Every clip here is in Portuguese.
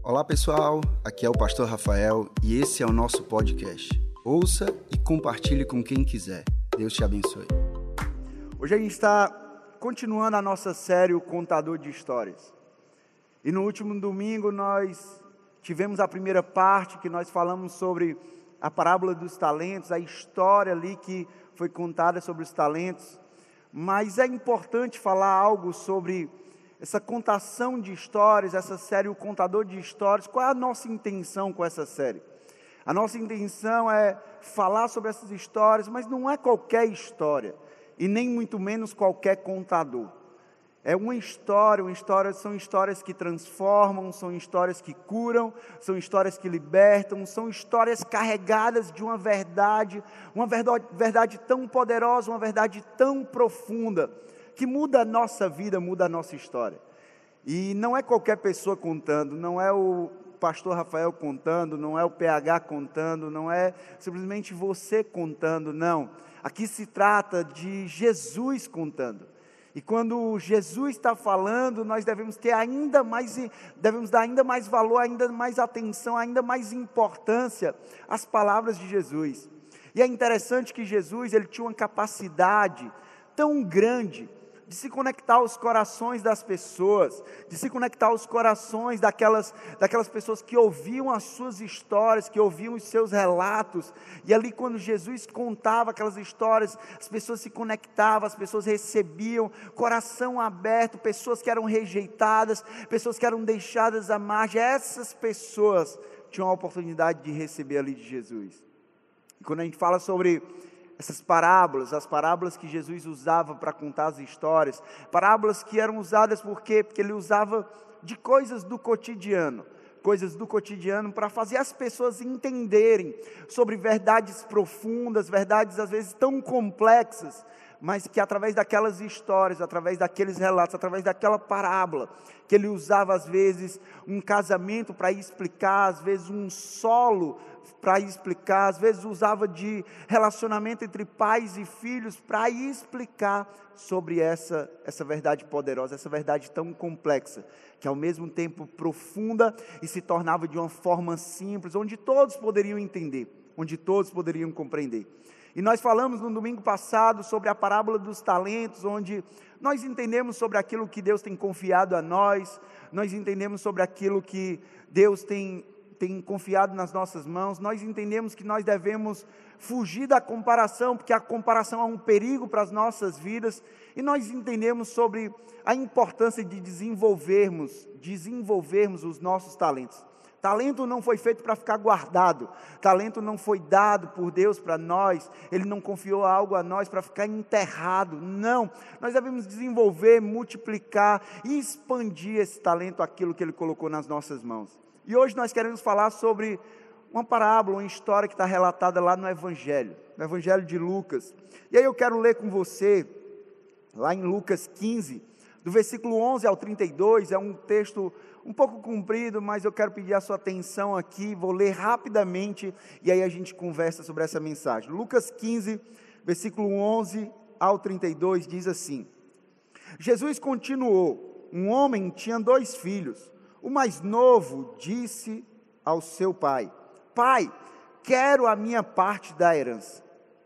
Olá pessoal, aqui é o Pastor Rafael e esse é o nosso podcast. Ouça e compartilhe com quem quiser. Deus te abençoe. Hoje a gente está continuando a nossa série O Contador de Histórias. E no último domingo nós tivemos a primeira parte que nós falamos sobre a parábola dos talentos, a história ali que foi contada sobre os talentos. Mas é importante falar algo sobre essa contação de histórias, essa série O Contador de Histórias. Qual é a nossa intenção com essa série? A nossa intenção é falar sobre essas histórias, mas não é qualquer história, e nem muito menos qualquer contador. É uma história são histórias que transformam, são histórias que curam, são histórias que libertam, são histórias carregadas de uma verdade tão poderosa, uma verdade tão profunda, que muda a nossa vida, muda a nossa história. E não é qualquer pessoa contando, não é o pastor Rafael contando, não é o PH contando, não é simplesmente você contando, não. Aqui se trata de Jesus contando. E quando Jesus está falando, nós devemos dar ainda mais valor, ainda mais atenção, ainda mais importância às palavras de Jesus. E é interessante que Jesus, ele tinha uma capacidade tão grande de se conectar aos corações das pessoas, de se conectar aos corações daquelas pessoas que ouviam as suas histórias, que ouviam os seus relatos. E ali quando Jesus contava aquelas histórias, as pessoas se conectavam, as pessoas recebiam, coração aberto, pessoas que eram rejeitadas, pessoas que eram deixadas à margem. Essas pessoas tinham a oportunidade de receber ali de Jesus. E quando a gente fala sobre essas parábolas, as parábolas que Jesus usava para contar as histórias, parábolas que eram usadas porque ele usava de coisas do cotidiano para fazer as pessoas entenderem sobre verdades profundas, verdades às vezes tão complexas, mas que através daquelas histórias, através daqueles relatos, através daquela parábola, que ele usava às vezes um casamento para explicar, às vezes um solo para explicar, às vezes usava de relacionamento entre pais e filhos para explicar sobre essa verdade poderosa, essa verdade tão complexa, que ao mesmo tempo profunda e se tornava de uma forma simples, onde todos poderiam entender, onde todos poderiam compreender. E nós falamos no domingo passado sobre a parábola dos talentos, onde nós entendemos sobre aquilo que Deus tem confiado a nós entendemos sobre aquilo que Deus tem confiado nas nossas mãos, nós entendemos que nós devemos fugir da comparação, porque a comparação é um perigo para as nossas vidas, e nós entendemos sobre a importância de desenvolvermos os nossos talentos. Talento não foi feito para ficar guardado, talento não foi dado por Deus para nós, Ele não confiou algo a nós para ficar enterrado, não, nós devemos desenvolver, multiplicar e expandir esse talento, aquilo que Ele colocou nas nossas mãos. E hoje nós queremos falar sobre uma parábola, uma história que está relatada lá no Evangelho de Lucas. E aí eu quero ler com você, lá em Lucas 15, do versículo 11 ao 32, é um texto um pouco comprido, mas eu quero pedir a sua atenção aqui, vou ler rapidamente, e aí a gente conversa sobre essa mensagem. Lucas 15, versículo 11 ao 32, diz assim: Jesus continuou, um homem tinha 2 filhos, o mais novo disse ao seu pai: Pai, quero a minha parte da herança.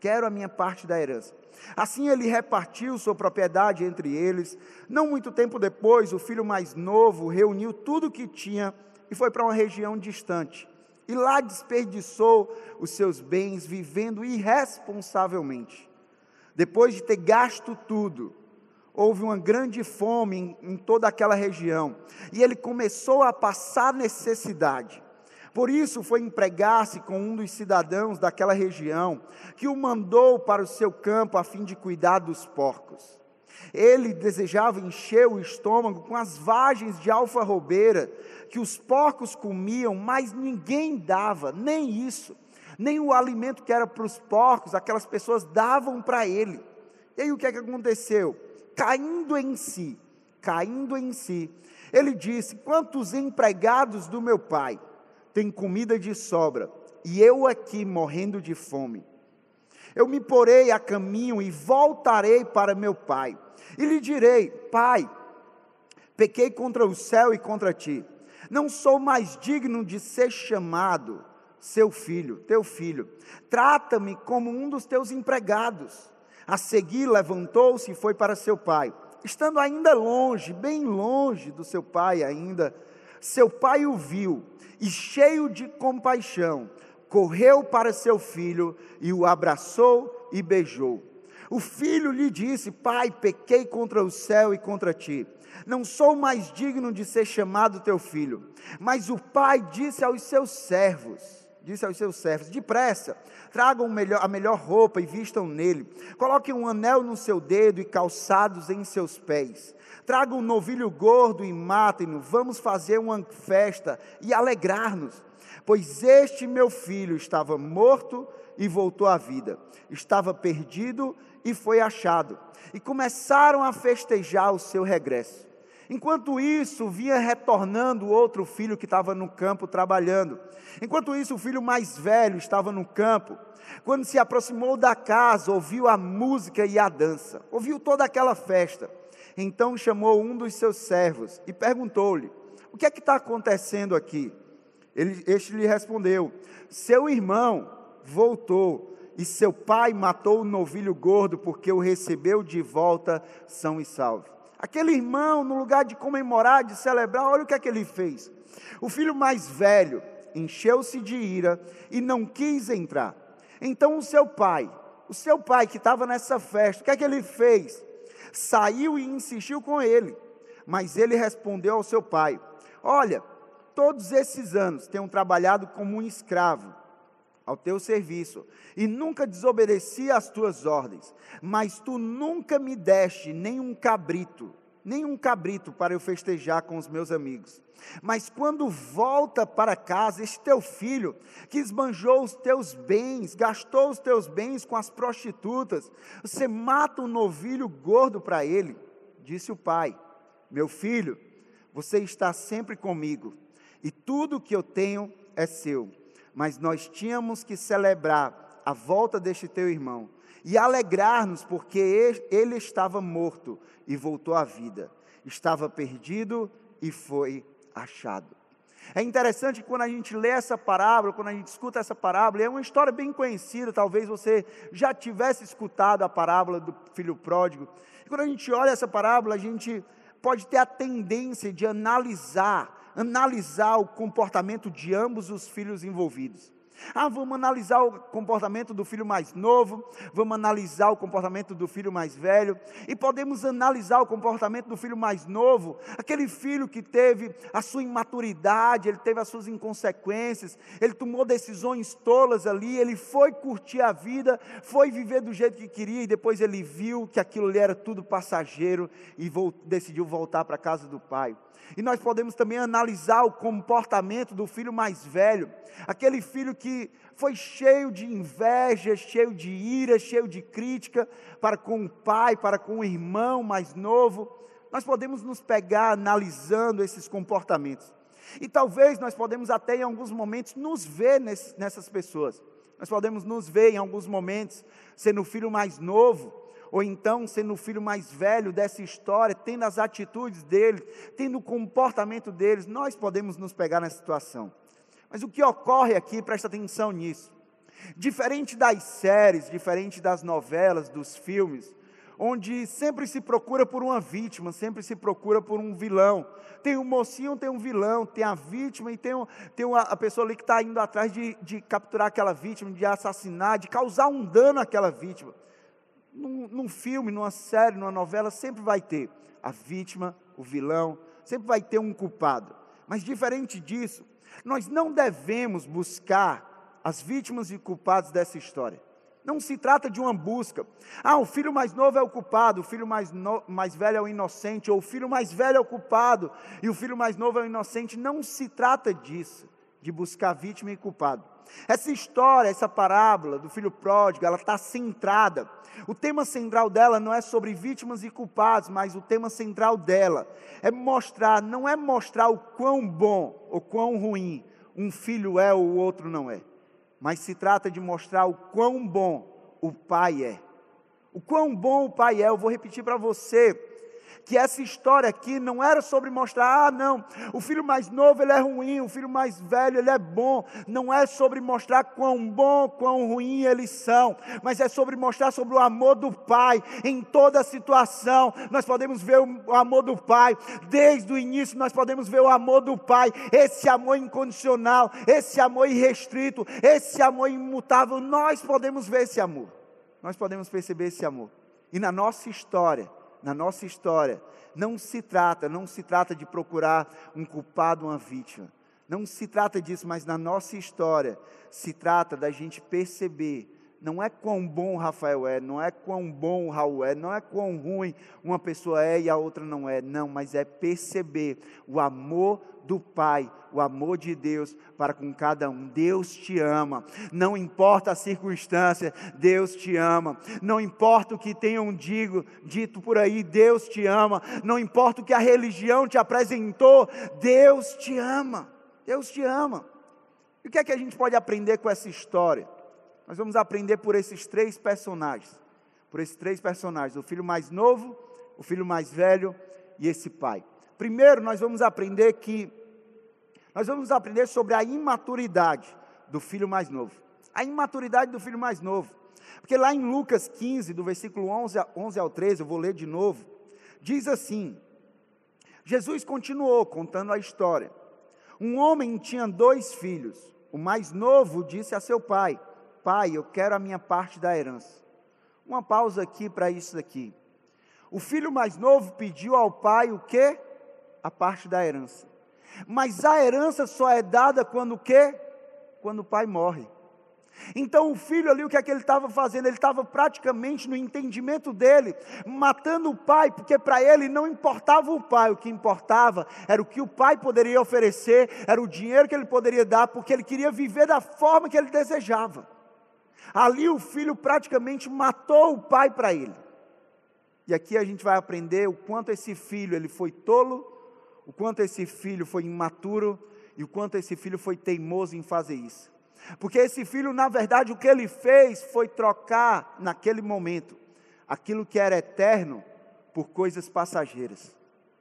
Assim ele repartiu sua propriedade entre eles. Não muito tempo depois, o filho mais novo reuniu tudo o que tinha e foi para uma região distante. E lá desperdiçou os seus bens vivendo irresponsavelmente. Depois de ter gasto tudo, houve uma grande fome em toda aquela região, e ele começou a passar necessidade. Por isso foi empregar-se com um dos cidadãos daquela região, que o mandou para o seu campo a fim de cuidar dos porcos. Ele desejava encher o estômago com as vagens de alfarrobeira que os porcos comiam, mas ninguém dava, nem isso, nem o alimento que era para os porcos, aquelas pessoas davam para ele. E aí o que é que aconteceu? Caindo em si, ele disse: quantos empregados do meu pai têm comida de sobra, e eu aqui morrendo de fome? Eu me porei a caminho e voltarei para meu pai, e lhe direi: Pai, pequei contra o céu e contra ti, não sou mais digno de ser chamado seu filho, teu filho. Trata-me como um dos teus empregados. A seguir levantou-se e foi para seu pai. Estando ainda longe, bem longe do seu pai ainda, seu pai o viu e, cheio de compaixão, correu para seu filho e o abraçou e beijou. O filho lhe disse: pai, pequei contra o céu e contra ti. Não sou mais digno de ser chamado teu filho. Mas o pai disse aos seus servos, depressa, tragam a melhor roupa e vistam nele. Coloquem um anel no seu dedo e calçados em seus pés. Tragam um novilho gordo e matem-no. Vamos fazer uma festa e alegrar-nos. Pois este meu filho estava morto e voltou à vida. Estava perdido e foi achado. E começaram a festejar o seu regresso. Enquanto isso, vinha retornando o outro filho que estava no campo trabalhando. Enquanto isso, o filho mais velho estava no campo. Quando se aproximou da casa, ouviu a música e a dança. Ouviu toda aquela festa. Então chamou um dos seus servos e perguntou-lhe: o que é que está acontecendo aqui? Este lhe respondeu: seu irmão voltou e seu pai matou o novilho gordo porque o recebeu de volta são e salvo. Aquele irmão, no lugar de comemorar, de celebrar, olha o que é que ele fez. O filho mais velho encheu-se de ira e não quis entrar. Então o seu pai que estava nessa festa, o que é que ele fez? Saiu e insistiu com ele. Mas ele respondeu ao seu pai: olha, todos esses anos tenho trabalhado como um escravo ao teu serviço, e nunca desobedeci às tuas ordens, mas tu nunca me deste nem um cabrito para eu festejar com os meus amigos. Mas quando volta para casa, este teu filho, que esbanjou os teus bens, gastou os teus bens com as prostitutas, você mata um novilho gordo para ele. Disse o pai: meu filho, você está sempre comigo, e tudo que eu tenho é seu. Mas nós tínhamos que celebrar a volta deste teu irmão e alegrar-nos, porque ele estava morto e voltou à vida. Estava perdido e foi achado. É interessante que quando a gente lê essa parábola, quando a gente escuta essa parábola, é uma história bem conhecida, talvez você já tivesse escutado a parábola do filho pródigo. E quando a gente olha essa parábola, a gente pode ter a tendência de analisar o comportamento de ambos os filhos envolvidos. Vamos analisar o comportamento do filho mais novo, vamos analisar o comportamento do filho mais velho, e podemos analisar o comportamento do filho mais novo, aquele filho que teve a sua imaturidade, ele teve as suas inconsequências, ele tomou decisões tolas ali, ele foi curtir a vida, foi viver do jeito que queria, e depois ele viu que aquilo ali era tudo passageiro, e decidiu voltar para a casa do pai. E nós podemos também analisar o comportamento do filho mais velho, aquele filho que foi cheio de inveja, cheio de ira, cheio de crítica para com o pai, para com o irmão mais novo. Nós podemos nos pegar analisando esses comportamentos. E talvez nós podemos até em alguns momentos nos ver nessas pessoas. Nós podemos nos ver em alguns momentos sendo o filho mais novo, ou então sendo o filho mais velho dessa história, tendo as atitudes deles, tendo o comportamento deles. Nós podemos nos pegar nessa situação. Mas o que ocorre aqui, presta atenção nisso, diferente das séries, diferente das novelas, dos filmes, onde sempre se procura por uma vítima, sempre se procura por um vilão. Tem um mocinho, tem um vilão, tem a vítima e tem a pessoa ali que está indo atrás de capturar aquela vítima, de assassinar, de causar um dano àquela vítima. Num filme, numa série, numa novela, sempre vai ter a vítima, o vilão, sempre vai ter um culpado. Mas diferente disso, nós não devemos buscar as vítimas e culpados dessa história. Não se trata de uma busca. O filho mais novo é o culpado, o filho mais velho é o inocente, ou o filho mais velho é o culpado, e o filho mais novo é o inocente. Não se trata disso, de buscar vítima e culpado. Essa história, essa parábola do filho pródigo, ela está centrada. O tema central dela não é sobre vítimas e culpados, mas o tema central dela é mostrar, não é mostrar o quão bom ou quão ruim um filho é ou o outro não é, mas se trata de mostrar o quão bom o pai é. O quão bom o pai é, eu vou repetir para você. que essa história aqui não era sobre mostrar, não, o filho mais novo ele é ruim, o filho mais velho ele é bom. Não é sobre mostrar quão bom, quão ruim eles são, mas é sobre mostrar sobre o amor do Pai em toda a situação. Nós podemos ver o amor do Pai, desde o início nós podemos ver o amor do Pai, esse amor incondicional, esse amor irrestrito, esse amor imutável. Nós podemos ver esse amor, nós podemos perceber esse amor. E na nossa história, não se trata de procurar um culpado, uma vítima. Não se trata disso, mas na nossa história, se trata da gente perceber, não é quão bom o Rafael é, não é quão bom o Raul é, não é quão ruim uma pessoa é e a outra não é, não, mas é perceber o amor do Pai, o amor de Deus para com cada um. Deus te ama, não importa a circunstância, Deus te ama, não importa o que tenham dito por aí, Deus te ama, não importa o que a religião te apresentou, Deus te ama, Deus te ama. E o que é que a gente pode aprender com essa história? Nós vamos aprender por esses três personagens, o filho mais novo, o filho mais velho e esse pai. Primeiro, nós vamos aprender sobre a imaturidade do filho mais novo. A imaturidade do filho mais novo. Porque lá em Lucas 15, do versículo 11 ao 13, eu vou ler de novo, diz assim: Jesus continuou contando a história. Um homem tinha 2 filhos. O mais novo disse a seu pai: Pai, eu quero a minha parte da herança. Uma pausa aqui para isso aqui. O filho mais novo pediu ao pai o quê? A parte da herança. Mas a herança só é dada quando o quê? Quando o pai morre. Então o filho ali, o que é que ele estava fazendo? Ele estava praticamente, no entendimento dele, matando o pai, porque para ele não importava o pai, o que importava era o que o pai poderia oferecer, era o dinheiro que ele poderia dar, porque ele queria viver da forma que ele desejava. Ali o filho praticamente matou o pai para ele. E aqui a gente vai aprender o quanto esse filho ele foi tolo, o quanto esse filho foi imaturo e o quanto esse filho foi teimoso em fazer isso. Porque esse filho, na verdade, o que ele fez foi trocar, naquele momento, aquilo que era eterno por coisas passageiras.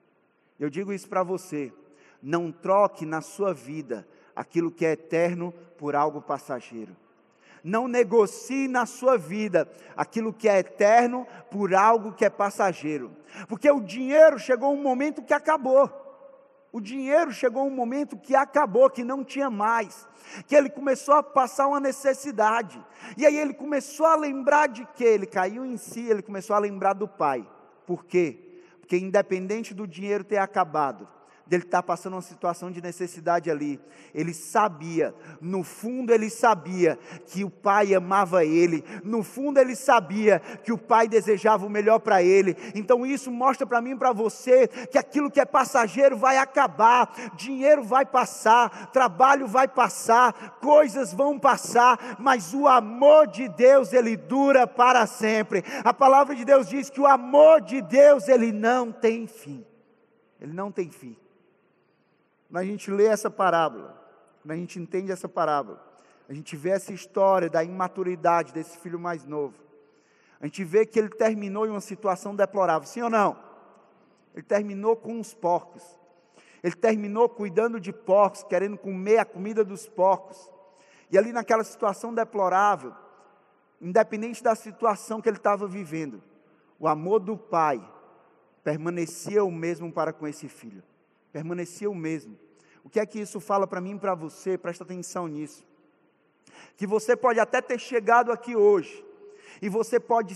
Eu digo isso para você: não troque na sua vida aquilo que é eterno por algo passageiro. Não negocie na sua vida aquilo que é eterno por algo que é passageiro. Porque o dinheiro chegou um momento que acabou. O dinheiro chegou um momento que acabou, que não tinha mais. Que ele começou a passar uma necessidade. E aí ele começou a lembrar de quê? Ele caiu em si, ele começou a lembrar do pai. Por quê? Porque independente do dinheiro ter acabado, dele estar passando uma situação de necessidade ali, ele sabia, no fundo ele sabia que o pai amava ele, no fundo ele sabia que o pai desejava o melhor para ele. Então isso mostra para mim e para você, que aquilo que é passageiro vai acabar, dinheiro vai passar, trabalho vai passar, coisas vão passar, mas o amor de Deus ele dura para sempre. A palavra de Deus diz que o amor de Deus ele não tem fim, ele não tem fim. Quando a gente lê essa parábola, quando a gente entende essa parábola, a gente vê essa história da imaturidade desse filho mais novo, a gente vê que ele terminou em uma situação deplorável, sim ou não? Ele terminou com os porcos, ele terminou cuidando de porcos, querendo comer a comida dos porcos, e ali naquela situação deplorável, independente da situação que ele estava vivendo, o amor do pai permanecia o mesmo para com esse filho. Permanecia o mesmo. O que é que isso fala para mim e para você? Presta atenção nisso. Que você pode até ter chegado aqui hoje, e você pode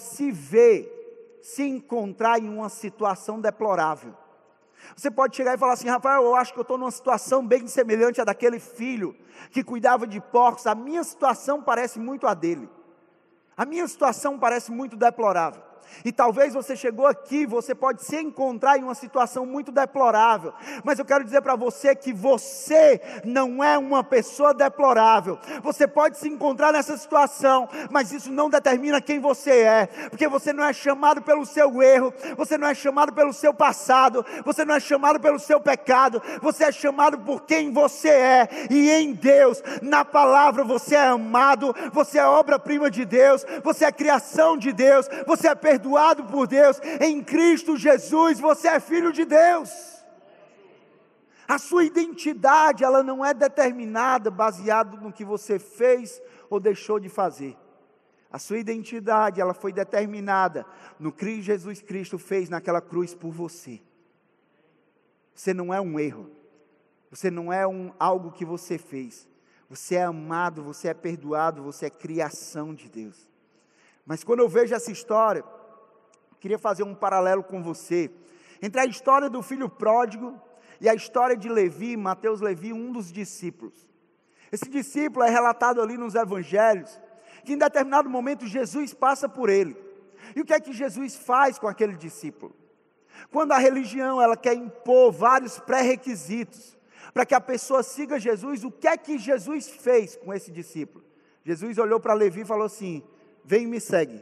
se encontrar em uma situação deplorável. Você pode chegar e falar assim: Rafael, eu acho que eu estou numa situação bem semelhante à daquele filho que cuidava de porcos. A minha situação parece muito a dele. A minha situação parece muito deplorável. E talvez você chegou aqui, você pode se encontrar em uma situação muito deplorável, mas eu quero dizer para você que você não é uma pessoa deplorável. Você pode se encontrar nessa situação, mas isso não determina quem você é, porque você não é chamado pelo seu erro, você não é chamado pelo seu passado, você não é chamado pelo seu pecado, você é chamado por quem você é, e em Deus, na palavra, você é amado, você é obra-prima de Deus, você é criação de Deus, você é perdoado por Deus. Em Cristo Jesus, você é filho de Deus. A sua identidade, ela não é determinada baseado no que você fez ou deixou de fazer. A sua identidade, ela foi determinada no que Jesus Cristo fez naquela cruz por você. Você não é um erro. Você não é algo que você fez. Você é amado, você é perdoado, você é criação de Deus. Mas quando eu vejo essa história, eu queria fazer um paralelo com você, entre a história do filho pródigo e a história de Levi, Mateus Levi, um dos discípulos. Esse discípulo é relatado ali nos evangelhos, que em determinado momento Jesus passa por ele. E o que é que Jesus faz com aquele discípulo? Quando a religião ela quer impor vários pré-requisitos para que a pessoa siga Jesus, o que é que Jesus fez com esse discípulo? Jesus olhou para Levi e falou assim: vem e me segue,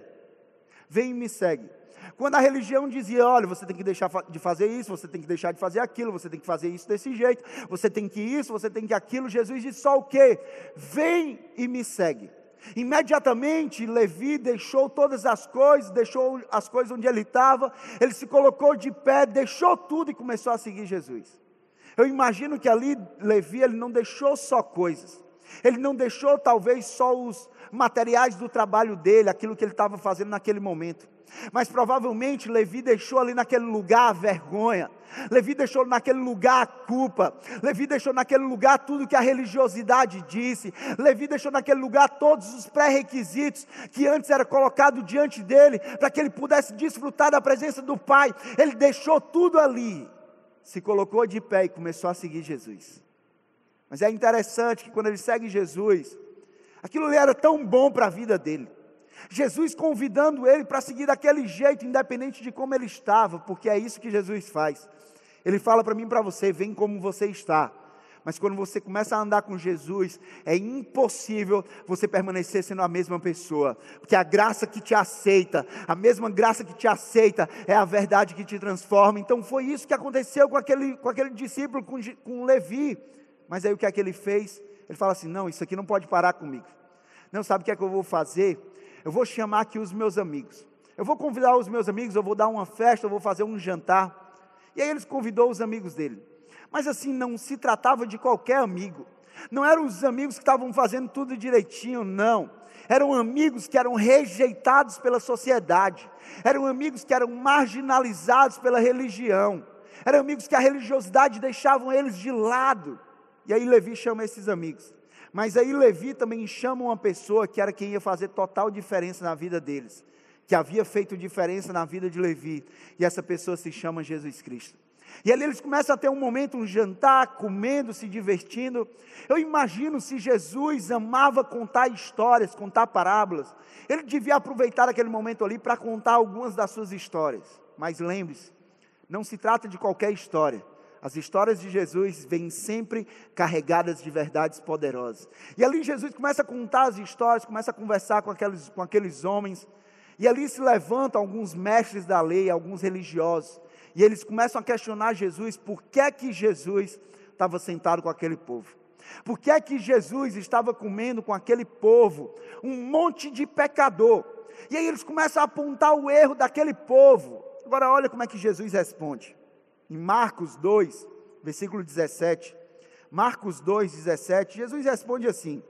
vem e me segue. Quando a religião dizia: olha, você tem que deixar de fazer isso, você tem que deixar de fazer aquilo, você tem que fazer isso desse jeito, você tem que isso, você tem que aquilo, Jesus disse só o quê? Vem e me segue. Imediatamente Levi deixou todas as coisas, deixou as coisas onde ele estava, ele se colocou de pé, deixou tudo e começou a seguir Jesus. Eu imagino que ali Levi, ele não deixou só coisas, ele não deixou talvez só os materiais do trabalho dele, aquilo que ele estava fazendo naquele momento, mas provavelmente Levi deixou ali naquele lugar a vergonha, Levi deixou naquele lugar a culpa, Levi deixou naquele lugar tudo que a religiosidade disse, Levi deixou naquele lugar todos os pré-requisitos que antes era colocado diante dele, para que ele pudesse desfrutar da presença do Pai. Ele deixou tudo ali, se colocou de pé e começou a seguir Jesus. Mas é interessante que quando ele segue Jesus, aquilo ali era tão bom para a vida dele, Jesus convidando ele para seguir daquele jeito, independente de como ele estava, porque é isso que Jesus faz. Ele fala para mim e para você: vem como você está. Mas quando você começa a andar com Jesus, é impossível você permanecer sendo a mesma pessoa, porque a graça que te aceita, a mesma graça que te aceita, é a verdade que te transforma. Então foi isso que aconteceu com aquele discípulo, com Levi. Mas aí o que é que ele fez? Ele fala assim: não, isso aqui não pode parar comigo. Não, sabe o que é que eu vou fazer? Eu vou chamar aqui os meus amigos, eu vou convidar os meus amigos, eu vou dar uma festa, eu vou fazer um jantar. E aí ele convidou os amigos dele, mas assim, não se tratava de qualquer amigo, não eram os amigos que estavam fazendo tudo direitinho, não, eram amigos que eram rejeitados pela sociedade, eram amigos que eram marginalizados pela religião, eram amigos que a religiosidade deixavam eles de lado. E aí Levi chama esses amigos. Mas aí Levi também chama uma pessoa que era quem ia fazer total diferença na vida deles, que havia feito diferença na vida de Levi, e essa pessoa se chama Jesus Cristo. E ali eles começam a ter um momento, um jantar, comendo, se divertindo. Eu imagino, se Jesus amava contar histórias, contar parábolas, ele devia aproveitar aquele momento ali para contar algumas das suas histórias. Mas lembre-se, não se trata de qualquer história. As histórias de Jesus vêm sempre carregadas de verdades poderosas. E ali Jesus começa a contar as histórias, começa a conversar com aqueles homens. E ali se levantam alguns mestres da lei, alguns religiosos. E eles começam a questionar Jesus, por que é que Jesus estava sentado com aquele povo? Por que é que Jesus estava comendo com aquele povo, um monte de pecador? E aí eles começam a apontar o erro daquele povo. Agora olha como é que Jesus responde. Em Marcos 2, versículo 17, Marcos 2, 17, Jesus responde assim: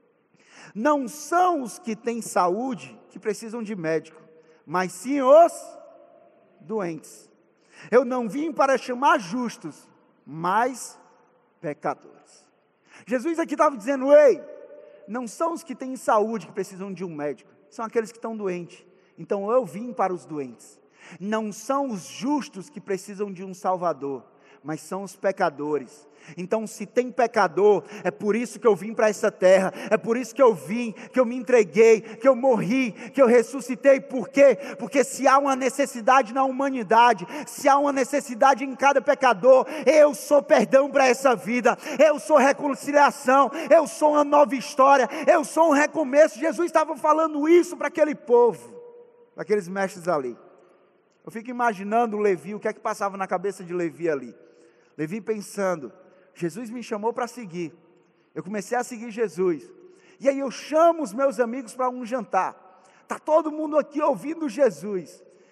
não são os que têm saúde que precisam de médico, mas sim os doentes. Eu não vim para chamar justos, mas pecadores. Jesus aqui estava dizendo: ei, não são os que têm saúde que precisam de um médico, são aqueles que estão doentes. Então eu vim para os doentes. Não são os justos que precisam de um Salvador, mas são os pecadores. Então se tem pecador, é por isso que eu vim para essa terra, é por isso que eu vim, que eu me entreguei, que eu morri, que eu ressuscitei. Por quê? Porque se há uma necessidade na humanidade, se há uma necessidade em cada pecador, eu sou perdão para essa vida, eu sou reconciliação, eu sou uma nova história, eu sou um recomeço. Jesus estava falando isso para aquele povo, para aqueles mestres ali. Eu fico imaginando Levi, o que é que passava na cabeça de Levi ali. Levi pensando: Jesus me chamou para seguir, eu comecei a seguir Jesus, e aí eu chamo os meus amigos para um jantar, está todo mundo aqui ouvindo Jesus,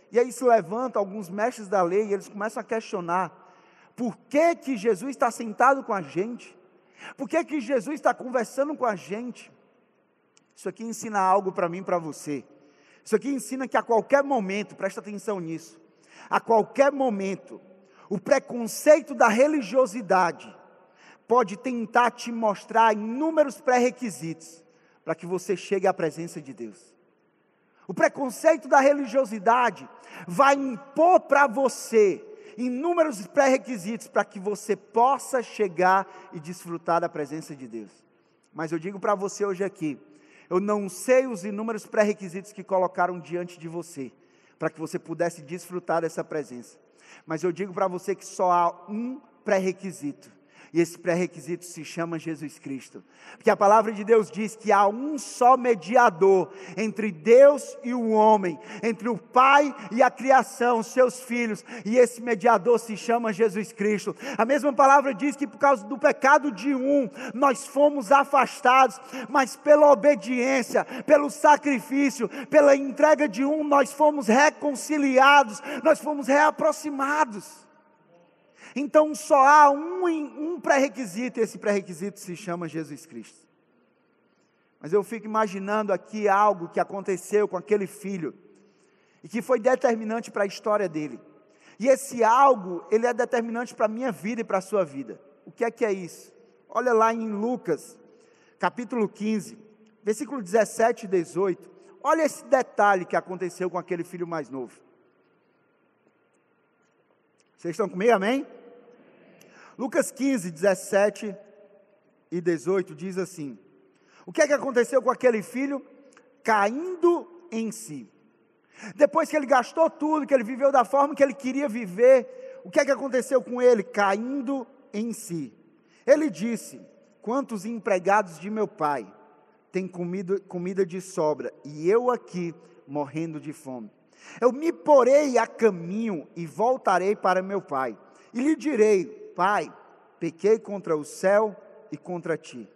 E aí se levantam alguns mestres da lei e eles começam a questionar: por que Jesus está sentado com a gente? Por que Jesus está conversando com a gente? Isso aqui ensina algo para mim e para você. Isso aqui ensina que a qualquer momento, presta atenção nisso, a qualquer momento, o preconceito da religiosidade pode tentar te mostrar inúmeros pré-requisitos para que você chegue à presença de Deus. O preconceito da religiosidade vai impor para você inúmeros pré-requisitos para que você possa chegar e desfrutar da presença de Deus. Mas eu digo para você hoje aqui, eu não sei os inúmeros pré-requisitos que colocaram diante de você, para que você pudesse desfrutar dessa presença. Mas eu digo para você que só há um pré-requisito, e esse pré-requisito se chama Jesus Cristo. Porque a palavra de Deus diz que há um só mediador entre Deus e o homem, entre o Pai e a criação, seus filhos, e esse mediador se chama Jesus Cristo. A mesma palavra diz que por causa do pecado de um, nós fomos afastados, mas pela obediência, pelo sacrifício, pela entrega de um, nós fomos reconciliados, nós fomos reaproximados. Então só há um pré-requisito, e esse pré-requisito se chama Jesus Cristo. Mas eu fico imaginando aqui algo que aconteceu com aquele filho, e que foi determinante para a história dele. E esse algo, ele é determinante para a minha vida e para a sua vida. O que é isso? Olha lá em Lucas, capítulo 15, versículo 17 e 18. Olha esse detalhe que aconteceu com aquele filho mais novo. Vocês estão comigo, amém? Lucas 15, 17 e 18 diz assim: o que é que aconteceu com aquele filho? Caindo em si. Depois que ele gastou tudo, que ele viveu da forma que ele queria viver, o que é que aconteceu com ele? Caindo em si. Ele disse: quantos empregados de meu pai têm comida de sobra, e eu aqui morrendo de fome? Eu me porei a caminho e voltarei para meu pai, e lhe direi: Pai, pequei contra o céu e contra ti.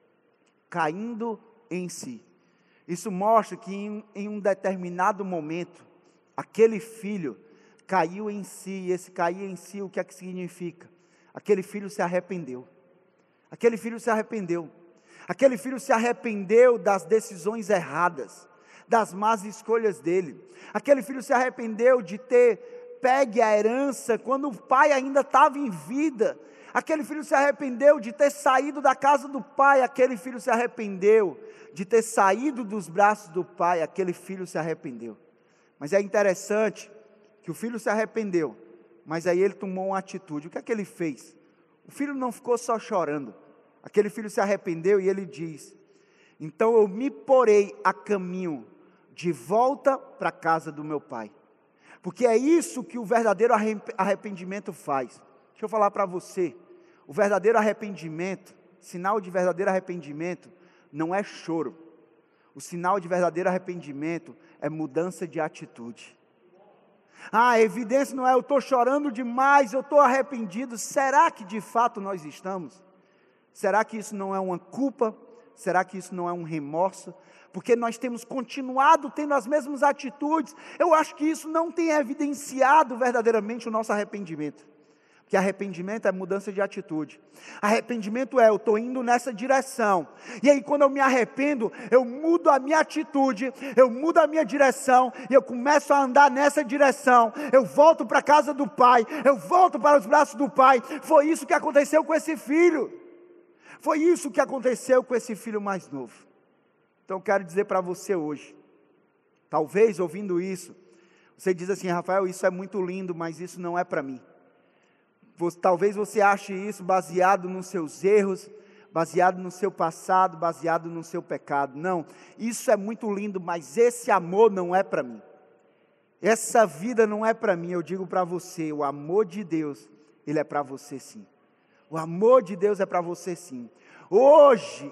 Caindo em si. Isso mostra que em um determinado momento, aquele filho caiu em si. E esse cair em si, o que é que significa? Aquele filho se arrependeu. Aquele filho se arrependeu. Aquele filho se arrependeu das decisões erradas, das más escolhas dele. Aquele filho se arrependeu de ter pegue a herança quando o pai ainda estava em vida. Aquele filho se arrependeu de ter saído da casa do pai. Aquele filho se arrependeu de ter saído dos braços do pai. Aquele filho se arrependeu. Mas é interessante que o filho se arrependeu, mas aí ele tomou uma atitude. O que é que ele fez? O filho não ficou só chorando. Aquele filho se arrependeu e ele diz: então eu me porei a caminho de volta para a casa do meu pai. Porque é isso que o verdadeiro arrependimento faz. Deixa eu falar para você, o verdadeiro arrependimento, sinal de verdadeiro arrependimento, não é choro. O sinal de verdadeiro arrependimento é mudança de atitude. A evidência não é eu estou chorando demais, eu estou arrependido. Será que de fato nós estamos? Será que isso não é uma culpa? Será que isso não é um remorso? Porque nós temos continuado tendo as mesmas atitudes. Eu acho que isso não tem evidenciado verdadeiramente o nosso arrependimento. Porque arrependimento é mudança de atitude. Arrependimento é, eu estou indo nessa direção. E aí quando eu me arrependo, eu mudo a minha atitude, eu mudo a minha direção, e eu começo a andar nessa direção. Eu volto para a casa do pai, eu volto para os braços do pai. Foi isso que aconteceu com esse filho. Foi isso que aconteceu com esse filho mais novo. Então eu quero dizer para você hoje, talvez ouvindo isso, você diz assim: Rafael, isso é muito lindo, mas isso não é para mim. Talvez você ache isso baseado nos seus erros, baseado no seu passado, baseado no seu pecado. Não, isso é muito lindo, mas esse amor não é para mim. Essa vida não é para mim. Eu digo para você, o amor de Deus, ele é para você sim. O amor de Deus é para você sim. Hoje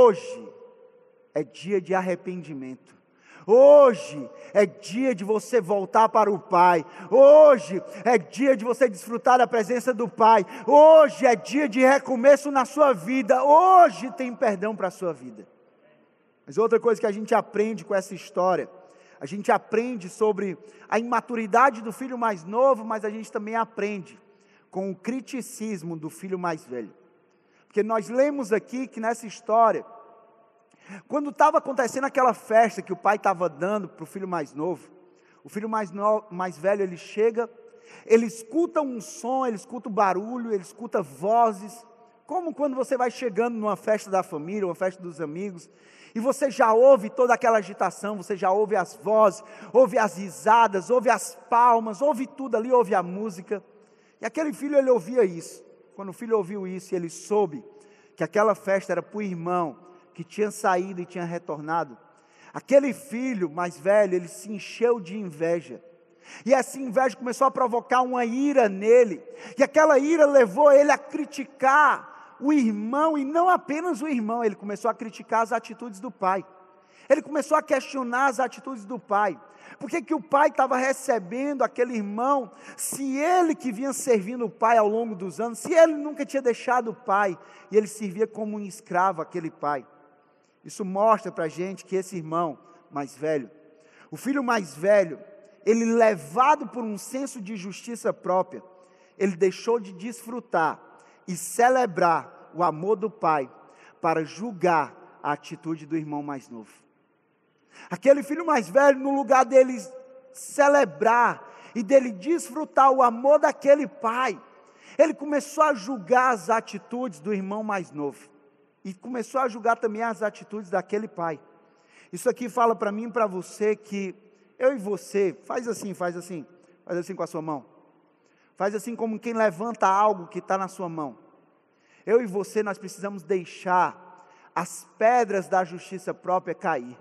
é dia de arrependimento. Hoje é dia de você voltar para o Pai. Hoje é dia de você desfrutar da presença do Pai. Hoje é dia de recomeço na sua vida. Hoje tem perdão para a sua vida. Mas outra coisa que a gente aprende com essa história, A gente aprende sobre a imaturidade do filho mais novo, mas a gente também aprende com o criticismo do filho mais velho. Porque nós lemos aqui que nessa história, quando estava acontecendo aquela festa que o pai estava dando para o filho mais novo, o filho mais velho, ele chega, ele escuta um som, ele escuta o barulho, ele escuta vozes, como quando você vai chegando numa festa da família, uma festa dos amigos, e você já ouve toda aquela agitação, você já ouve as vozes, ouve as risadas, ouve as palmas, ouve tudo ali, ouve a música. E aquele filho, ele ouvia isso. Quando o filho ouviu isso, ele soube que aquela festa era para o irmão que tinha saído e tinha retornado. Aquele filho mais velho, ele se encheu de inveja. E essa inveja começou a provocar uma ira nele. E aquela ira levou ele a criticar o irmão, e não apenas o irmão, ele começou a criticar as atitudes do pai. Ele começou a questionar as atitudes do pai. Por que o pai estava recebendo aquele irmão, se ele que vinha servindo o pai ao longo dos anos, se ele nunca tinha deixado o pai, e ele servia como um escravo aquele pai. Isso mostra para a gente que esse irmão mais velho, o filho mais velho, ele levado por um senso de justiça própria, ele deixou de desfrutar e celebrar o amor do pai, para julgar a atitude do irmão mais novo. Aquele filho mais velho, no lugar dele celebrar e dele desfrutar o amor daquele pai, ele começou a julgar as atitudes do irmão mais novo. E começou a julgar também as atitudes daquele pai. Isso aqui fala para mim e para você que eu e você, faz assim com a sua mão. Faz assim como quem levanta algo que está na sua mão. Eu e você, nós precisamos deixar as pedras da justiça própria cair.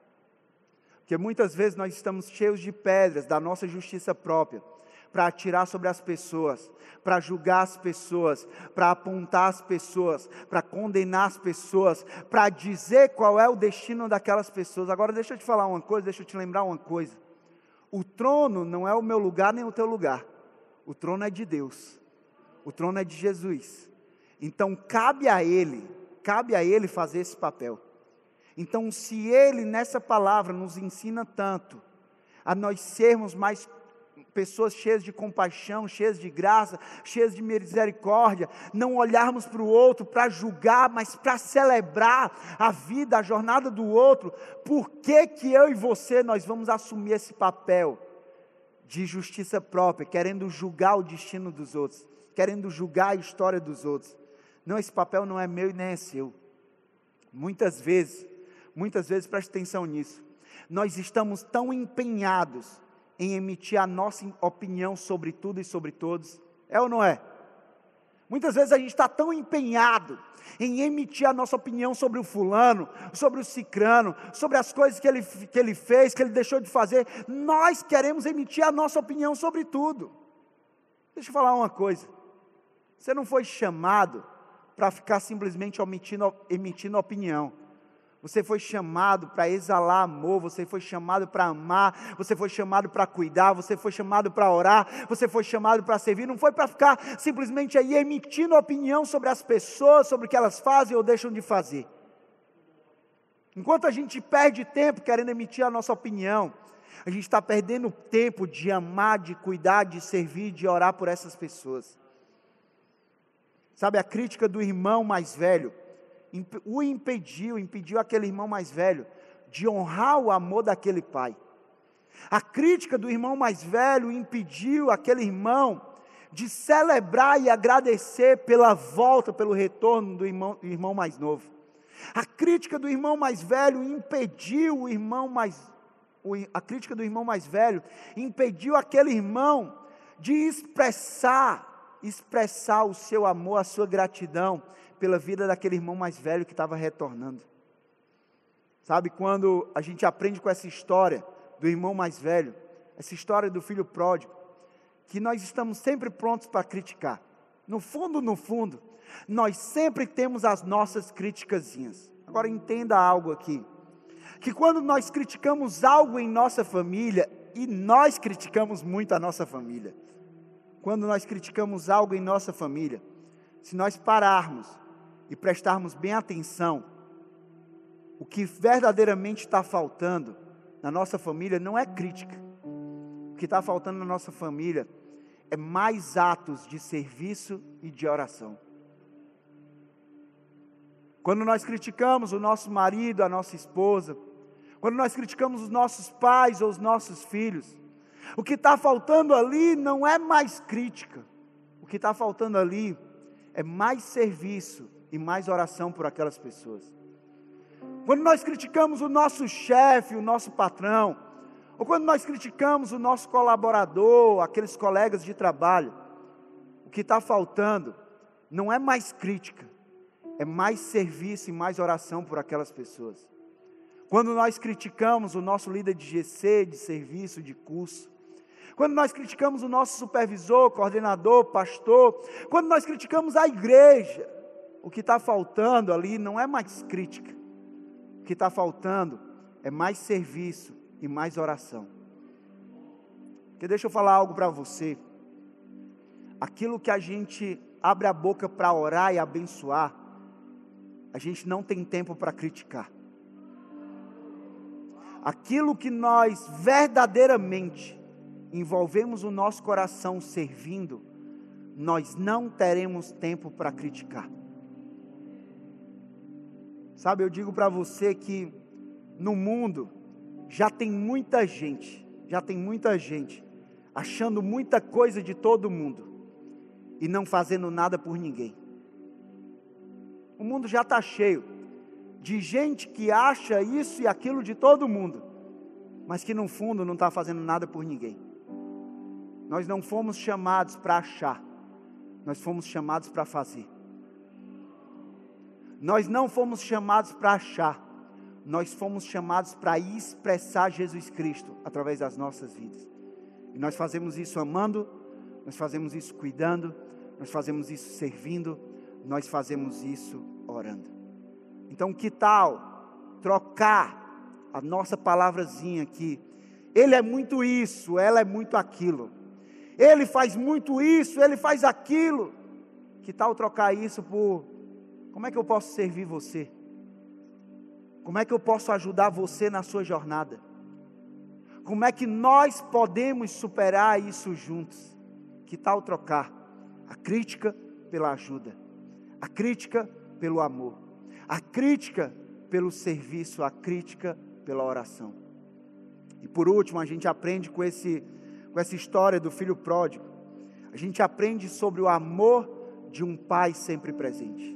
Porque muitas vezes nós estamos cheios de pedras da nossa justiça própria, para atirar sobre as pessoas, para julgar as pessoas, para apontar as pessoas, para condenar as pessoas, para dizer qual é o destino daquelas pessoas. Agora deixa eu te falar uma coisa, deixa eu te lembrar uma coisa. O trono não é o meu lugar nem o teu lugar. O trono é de Deus. O trono é de Jesus. Então cabe a Ele fazer esse papel. Então se Ele nessa palavra nos ensina tanto, a nós sermos mais pessoas cheias de compaixão, cheias de graça, cheias de misericórdia, não olharmos para o outro para julgar, mas para celebrar a vida, a jornada do outro. Por que eu e você, nós vamos assumir esse papel de justiça própria, querendo julgar o destino dos outros, querendo julgar a história dos outros? Não, esse papel não é meu e nem é seu. Muitas vezes, preste atenção nisso, nós estamos tão empenhados em emitir a nossa opinião sobre tudo e sobre todos, é ou não é? Muitas vezes a gente está tão empenhado em emitir a nossa opinião sobre o fulano, sobre o cicrano, sobre as coisas que ele fez, que ele deixou de fazer, nós queremos emitir a nossa opinião sobre tudo. Deixa eu falar uma coisa, você não foi chamado para ficar simplesmente emitindo opinião. Você foi chamado para exalar amor, você foi chamado para amar, você foi chamado para cuidar, você foi chamado para orar, você foi chamado para servir, não foi para ficar simplesmente aí emitindo opinião sobre as pessoas, sobre o que elas fazem ou deixam de fazer. Enquanto a gente perde tempo querendo emitir a nossa opinião, a gente está perdendo tempo de amar, de cuidar, de servir, de orar por essas pessoas. Sabe, a crítica do irmão mais velho, impediu aquele irmão mais velho de honrar o amor daquele pai. A crítica do irmão mais velho impediu aquele irmão de celebrar e agradecer pela volta, pelo retorno do irmão mais novo. A crítica do irmão mais velho impediu aquele irmão de expressar o seu amor, a sua gratidão pela vida daquele irmão mais velho que estava retornando. Sabe, quando a gente aprende com essa história do irmão mais velho, essa história do filho pródigo, que nós estamos sempre prontos para criticar. No fundo, nós sempre temos as nossas criticazinhas. Agora entenda algo aqui, que quando nós criticamos algo em nossa família, e nós criticamos muito a nossa família, quando nós criticamos algo em nossa família, se nós pararmos e prestarmos bem atenção, o que verdadeiramente está faltando na nossa família não é crítica. O que está faltando na nossa família é mais atos de serviço e de oração. Quando nós criticamos o nosso marido, a nossa esposa, quando nós criticamos os nossos pais ou os nossos filhos, o que está faltando ali não é mais crítica. O que está faltando ali é mais serviço e mais oração por aquelas pessoas. Quando nós criticamos o nosso chefe, o nosso patrão, ou quando nós criticamos o nosso colaborador, aqueles colegas de trabalho, o que está faltando não é mais crítica, é mais serviço e mais oração por aquelas pessoas. Quando nós criticamos o nosso líder de GC, de serviço, de curso, quando nós criticamos o nosso supervisor, coordenador, pastor, quando nós criticamos a igreja, o que está faltando ali não é mais crítica, o que está faltando é mais serviço e mais oração. Porque deixa eu falar algo para você, aquilo que a gente abre a boca para orar e abençoar, a gente não tem tempo para criticar. Aquilo que nós verdadeiramente envolvemos o nosso coração servindo, nós não teremos tempo para criticar. Sabe, eu digo para você que no mundo já tem muita gente achando muita coisa de todo mundo e não fazendo nada por ninguém. O mundo já está cheio de gente que acha isso e aquilo de todo mundo, mas que no fundo não está fazendo nada por ninguém. Nós não fomos chamados para achar, nós fomos chamados para fazer. Nós não fomos chamados para achar, nós fomos chamados para expressar Jesus Cristo através das nossas vidas. E nós fazemos isso amando, nós fazemos isso cuidando, nós fazemos isso servindo, nós fazemos isso orando. Então que tal trocar a nossa palavrazinha aqui? Ele é muito isso, ela é muito aquilo. Ele faz muito isso, ele faz aquilo. Que tal trocar isso por: como é que eu posso servir você? Como é que eu posso ajudar você na sua jornada? Como é que nós podemos superar isso juntos? Que tal trocar a crítica pela ajuda, a crítica pelo amor, a crítica pelo serviço, a crítica pela oração? E por último, a gente aprende com essa história do filho pródigo, a gente aprende sobre o amor de um pai sempre presente.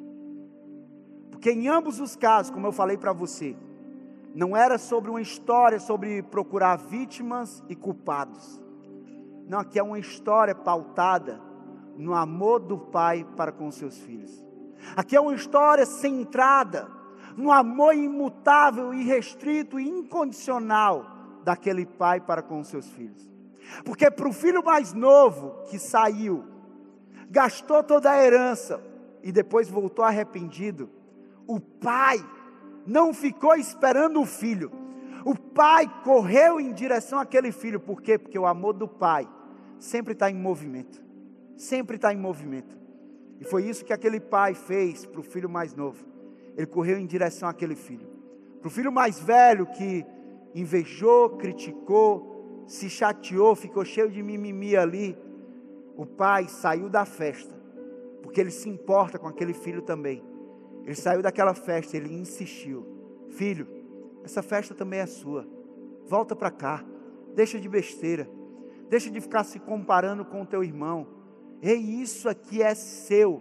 Porque em ambos os casos, como eu falei para você, não era sobre uma história sobre procurar vítimas e culpados. Não, aqui é uma história pautada no amor do pai para com os seus filhos. Aqui é uma história centrada no amor imutável, irrestrito e incondicional daquele pai para com os seus filhos. Porque para o filho mais novo que saiu, gastou toda a herança e depois voltou arrependido, o pai não ficou esperando o filho. O pai correu em direção àquele filho. Por quê? Porque o amor do pai sempre está em movimento. Sempre está em movimento. E foi isso que aquele pai fez para o filho mais novo. Ele correu em direção àquele filho. Para o filho mais velho que invejou, criticou, se chateou, ficou cheio de mimimi ali, o pai saiu da festa, porque ele se importa com aquele filho também. Ele saiu daquela festa, ele insistiu: filho, essa festa também é sua, volta para cá, deixa de besteira, deixa de ficar se comparando com o teu irmão. Ei, isso aqui é seu.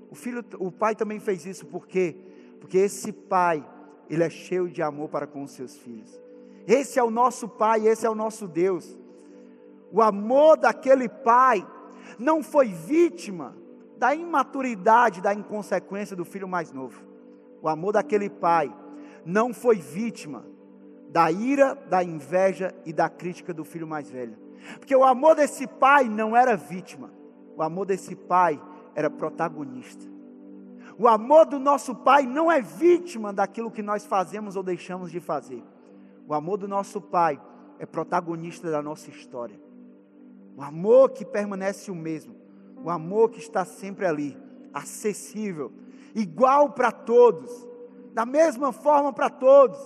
O pai também fez isso, por quê? Porque esse pai, ele é cheio de amor para com os seus filhos. Esse é o nosso pai, esse é o nosso Deus. O amor daquele pai não foi vítima da imaturidade, da inconsequência do filho mais novo. O amor daquele pai não foi vítima da ira, da inveja e da crítica do filho mais velho. Porque o amor desse pai não era vítima. O amor desse pai era protagonista. O amor do nosso pai não é vítima daquilo que nós fazemos ou deixamos de fazer. O amor do nosso pai é protagonista da nossa história. O amor que permanece o mesmo. O amor que está sempre ali, acessível, igual para todos, da mesma forma para todos.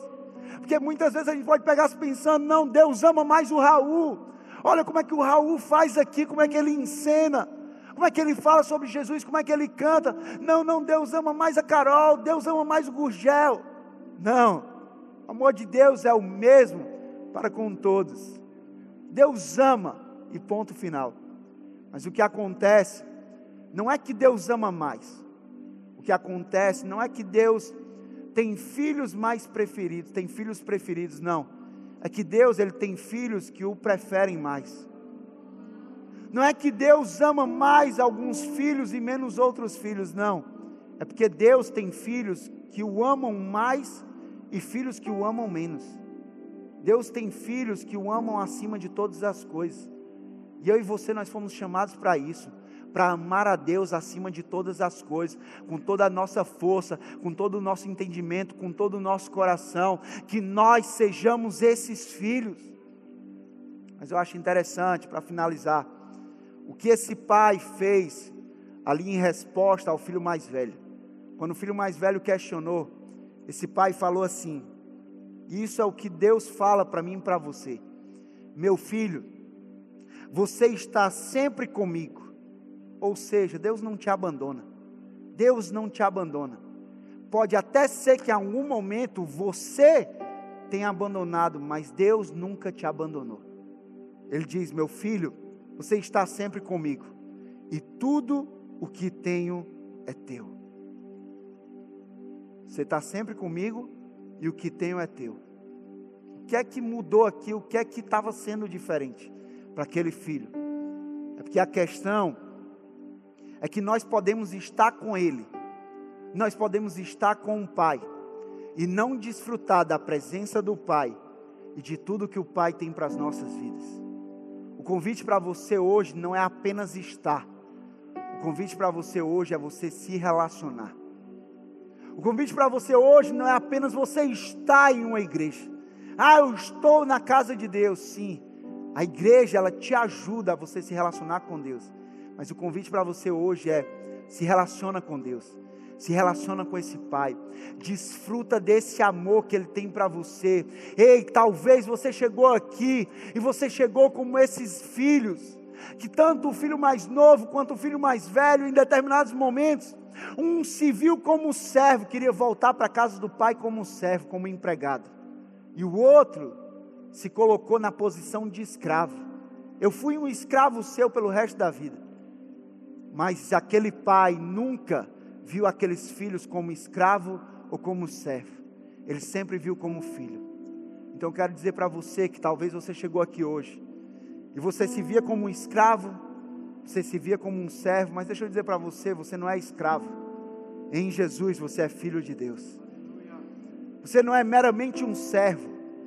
Porque muitas vezes a gente pode pegar se pensando, não, Deus ama mais o Raul. Olha como é que o Raul faz aqui, como é que ele encena, como é que ele fala sobre Jesus, como é que ele canta. Não, Deus ama mais a Carol, Deus ama mais o Gurgel. Não, o amor de Deus é o mesmo para com todos. Deus ama e ponto final. Mas o que acontece não é que Deus ama mais. O que acontece não é que Deus tem filhos mais preferidos, tem filhos preferidos, não. É que Deus, Ele tem filhos que o preferem mais. Não é que Deus ama mais alguns filhos e menos outros filhos, não. É porque Deus tem filhos que o amam mais e filhos que o amam menos. Deus tem filhos que o amam acima de todas as coisas. E eu e você, nós fomos chamados para isso. Para amar a Deus acima de todas as coisas, com toda a nossa força, com todo o nosso entendimento, com todo o nosso coração, que nós sejamos esses filhos. Mas eu acho interessante, para finalizar, o que esse pai fez ali em resposta ao filho mais velho. Quando o filho mais velho questionou, esse pai falou assim: isso é o que Deus fala para mim e para você. Meu filho, você está sempre comigo. Ou seja, Deus não te abandona. Deus não te abandona. Pode até ser que em algum momento você tenha abandonado, mas Deus nunca te abandonou. Ele diz: meu filho, você está sempre comigo, e tudo o que tenho é teu. Você está sempre comigo, e o que tenho é teu. O que é que mudou aqui? O que é que estava sendo diferente para aquele filho? É porque a questão é que nós podemos estar com Ele, nós podemos estar com o Pai, e não desfrutar da presença do Pai, e de tudo que o Pai tem para as nossas vidas. O convite para você hoje não é apenas estar, o convite para você hoje é você se relacionar. O convite para você hoje não é apenas você estar em uma igreja. Eu estou na casa de Deus. Sim, a igreja, ela te ajuda a você se relacionar com Deus. Mas o convite para você hoje é: se relaciona com Deus, se relaciona com esse Pai, desfruta desse amor que Ele tem para você. Ei, talvez você chegou aqui, e você chegou como esses filhos, que tanto o filho mais novo, quanto o filho mais velho, em determinados momentos, um se viu como servo, queria voltar para a casa do pai como servo, como empregado, e o outro se colocou na posição de escravo. Eu fui um escravo seu pelo resto da vida. Mas aquele pai nunca viu aqueles filhos como escravo ou como servo. Ele sempre viu como filho. Então eu quero dizer para você que talvez você chegou aqui hoje e você se via como um escravo, você se via como um servo, mas deixa eu dizer para você, você não é escravo. Em Jesus você é filho de Deus. Você não é meramente um servo.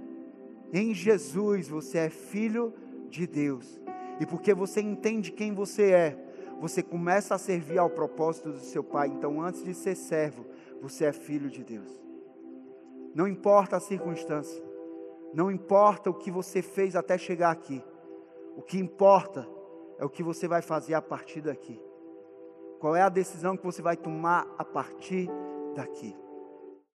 Em Jesus você é filho de Deus. E porque você entende quem você é, você começa a servir ao propósito do seu Pai. Então, antes de ser servo, você é filho de Deus. Não importa a circunstância, não importa o que você fez até chegar aqui, o que importa é o que você vai fazer a partir daqui. Qual é a decisão que você vai tomar a partir daqui?